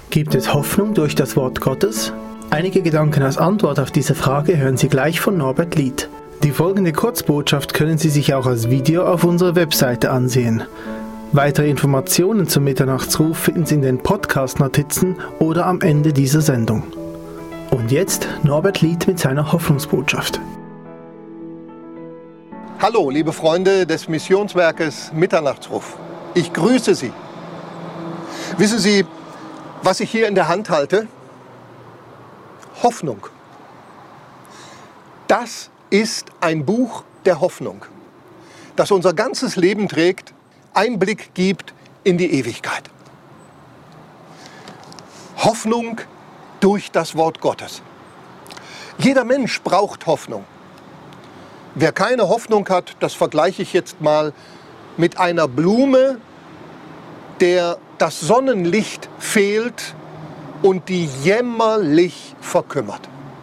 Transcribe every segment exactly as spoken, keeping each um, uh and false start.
Gibt es Hoffnung durch das Wort Gottes? Einige Gedanken als Antwort auf diese Frage hören Sie gleich von Norbert Lied. Die folgende Kurzbotschaft können Sie sich auch als Video auf unserer Webseite ansehen. Weitere Informationen zum Mitternachtsruf finden Sie in den Podcast-Notizen oder am Ende dieser Sendung. Und jetzt Norbert Lied mit seiner Hoffnungsbotschaft. Hallo, liebe Freunde des Missionswerkes Mitternachtsruf. Ich grüße Sie. Wissen Sie, was ich hier in der Hand halte? Hoffnung. Das ist ein Buch der Hoffnung, das unser ganzes Leben trägt, Einblick gibt in die Ewigkeit. Hoffnung durch das Wort Gottes. Jeder Mensch braucht Hoffnung. Wer keine Hoffnung hat, das vergleiche ich jetzt mal mit einer Blume, der das Sonnenlicht fehlt und die jämmerlich verkümmert.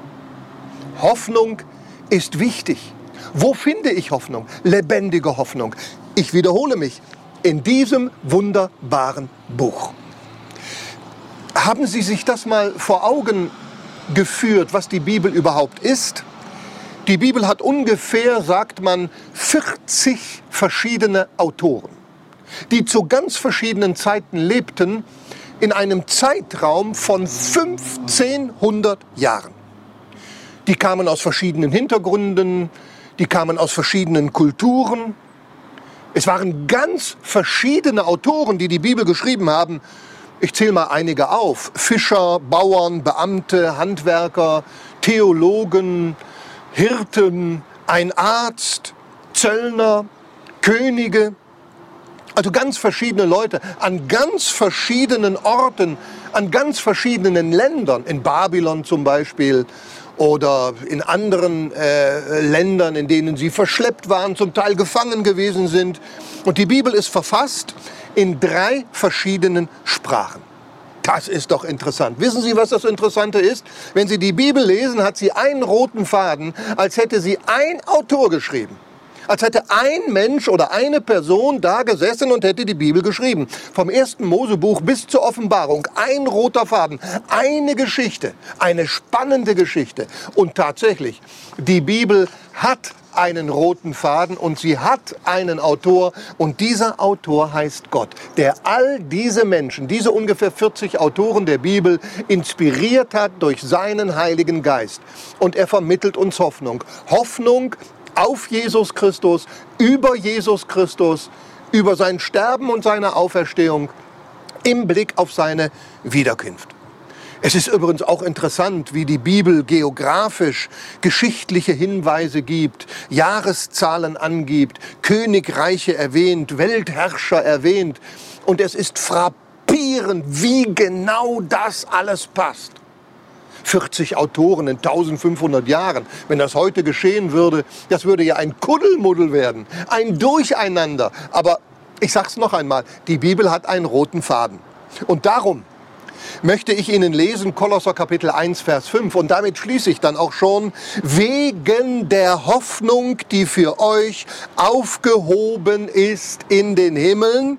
Hoffnung ist wichtig. Wo finde ich Hoffnung? Lebendige Hoffnung. Ich wiederhole mich, in diesem wunderbaren Buch. Haben Sie sich das mal vor Augen geführt, was die Bibel überhaupt ist? Die Bibel hat ungefähr, sagt man, vierzig verschiedene Autoren, die zu ganz verschiedenen Zeiten lebten, in einem Zeitraum von fünfzehnhundert Jahren. Die kamen aus verschiedenen Hintergründen, die kamen aus verschiedenen Kulturen. Es waren ganz verschiedene Autoren, die die Bibel geschrieben haben. Ich zähle mal einige auf. Fischer, Bauern, Beamte, Handwerker, Theologen, Hirten, ein Arzt, Zöllner, Könige. Also ganz verschiedene Leute an ganz verschiedenen Orten, an ganz verschiedenen Ländern, in Babylon zum Beispiel oder in anderen äh, Ländern, in denen sie verschleppt waren, zum Teil gefangen gewesen sind. Und die Bibel ist verfasst in drei verschiedenen Sprachen. Das ist doch interessant. Wissen Sie, was das Interessante ist? Wenn Sie die Bibel lesen, hat sie einen roten Faden, als hätte sie ein Autor geschrieben. Als hätte ein Mensch oder eine Person da gesessen und hätte die Bibel geschrieben. Vom ersten Mosebuch bis zur Offenbarung. Ein roter Faden. Eine Geschichte. Eine spannende Geschichte. Und tatsächlich, die Bibel hat einen roten Faden und sie hat einen Autor. Und dieser Autor heißt Gott, der all diese Menschen, diese ungefähr vierzig Autoren der Bibel inspiriert hat durch seinen Heiligen Geist. Und er vermittelt uns Hoffnung. Hoffnung auf Jesus Christus, über Jesus Christus, über sein Sterben und seine Auferstehung, im Blick auf seine Wiederkunft. Es ist übrigens auch interessant, wie die Bibel geografisch geschichtliche Hinweise gibt, Jahreszahlen angibt, Königreiche erwähnt, Weltherrscher erwähnt. Und es ist frappierend, wie genau das alles passt. vierzig Autoren in eintausendfünfhundert Jahren. Wenn das heute geschehen würde, das würde ja ein Kuddelmuddel werden, ein Durcheinander. Aber ich sage es noch einmal, die Bibel hat einen roten Faden. Und darum möchte ich Ihnen lesen, Kolosser Kapitel eins, Vers fünf. Und damit schließe ich dann auch schon, wegen der Hoffnung, die für euch aufgehoben ist in den Himmeln,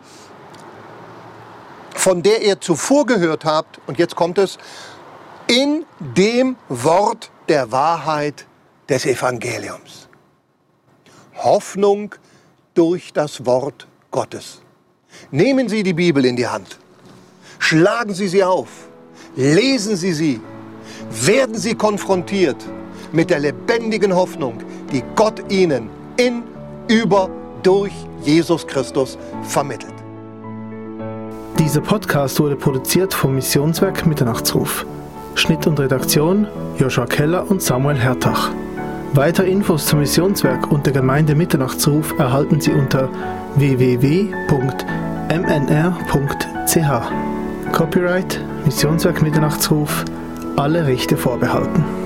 von der ihr zuvor gehört habt, und jetzt kommt es, in dem Wort der Wahrheit des Evangeliums. Hoffnung durch das Wort Gottes. Nehmen Sie die Bibel in die Hand. Schlagen Sie sie auf. Lesen Sie sie. Werden Sie konfrontiert mit der lebendigen Hoffnung, die Gott Ihnen in, über, durch Jesus Christus vermittelt. Dieser Podcast wurde produziert vom Missionswerk Mitternachtsruf. Schnitt und Redaktion Joshua Keller und Samuel Hertach. Weitere Infos zum Missionswerk und der Gemeinde Mitternachtsruf erhalten Sie unter w w w punkt m n r punkt c h. Copyright Missionswerk Mitternachtsruf, alle Rechte vorbehalten.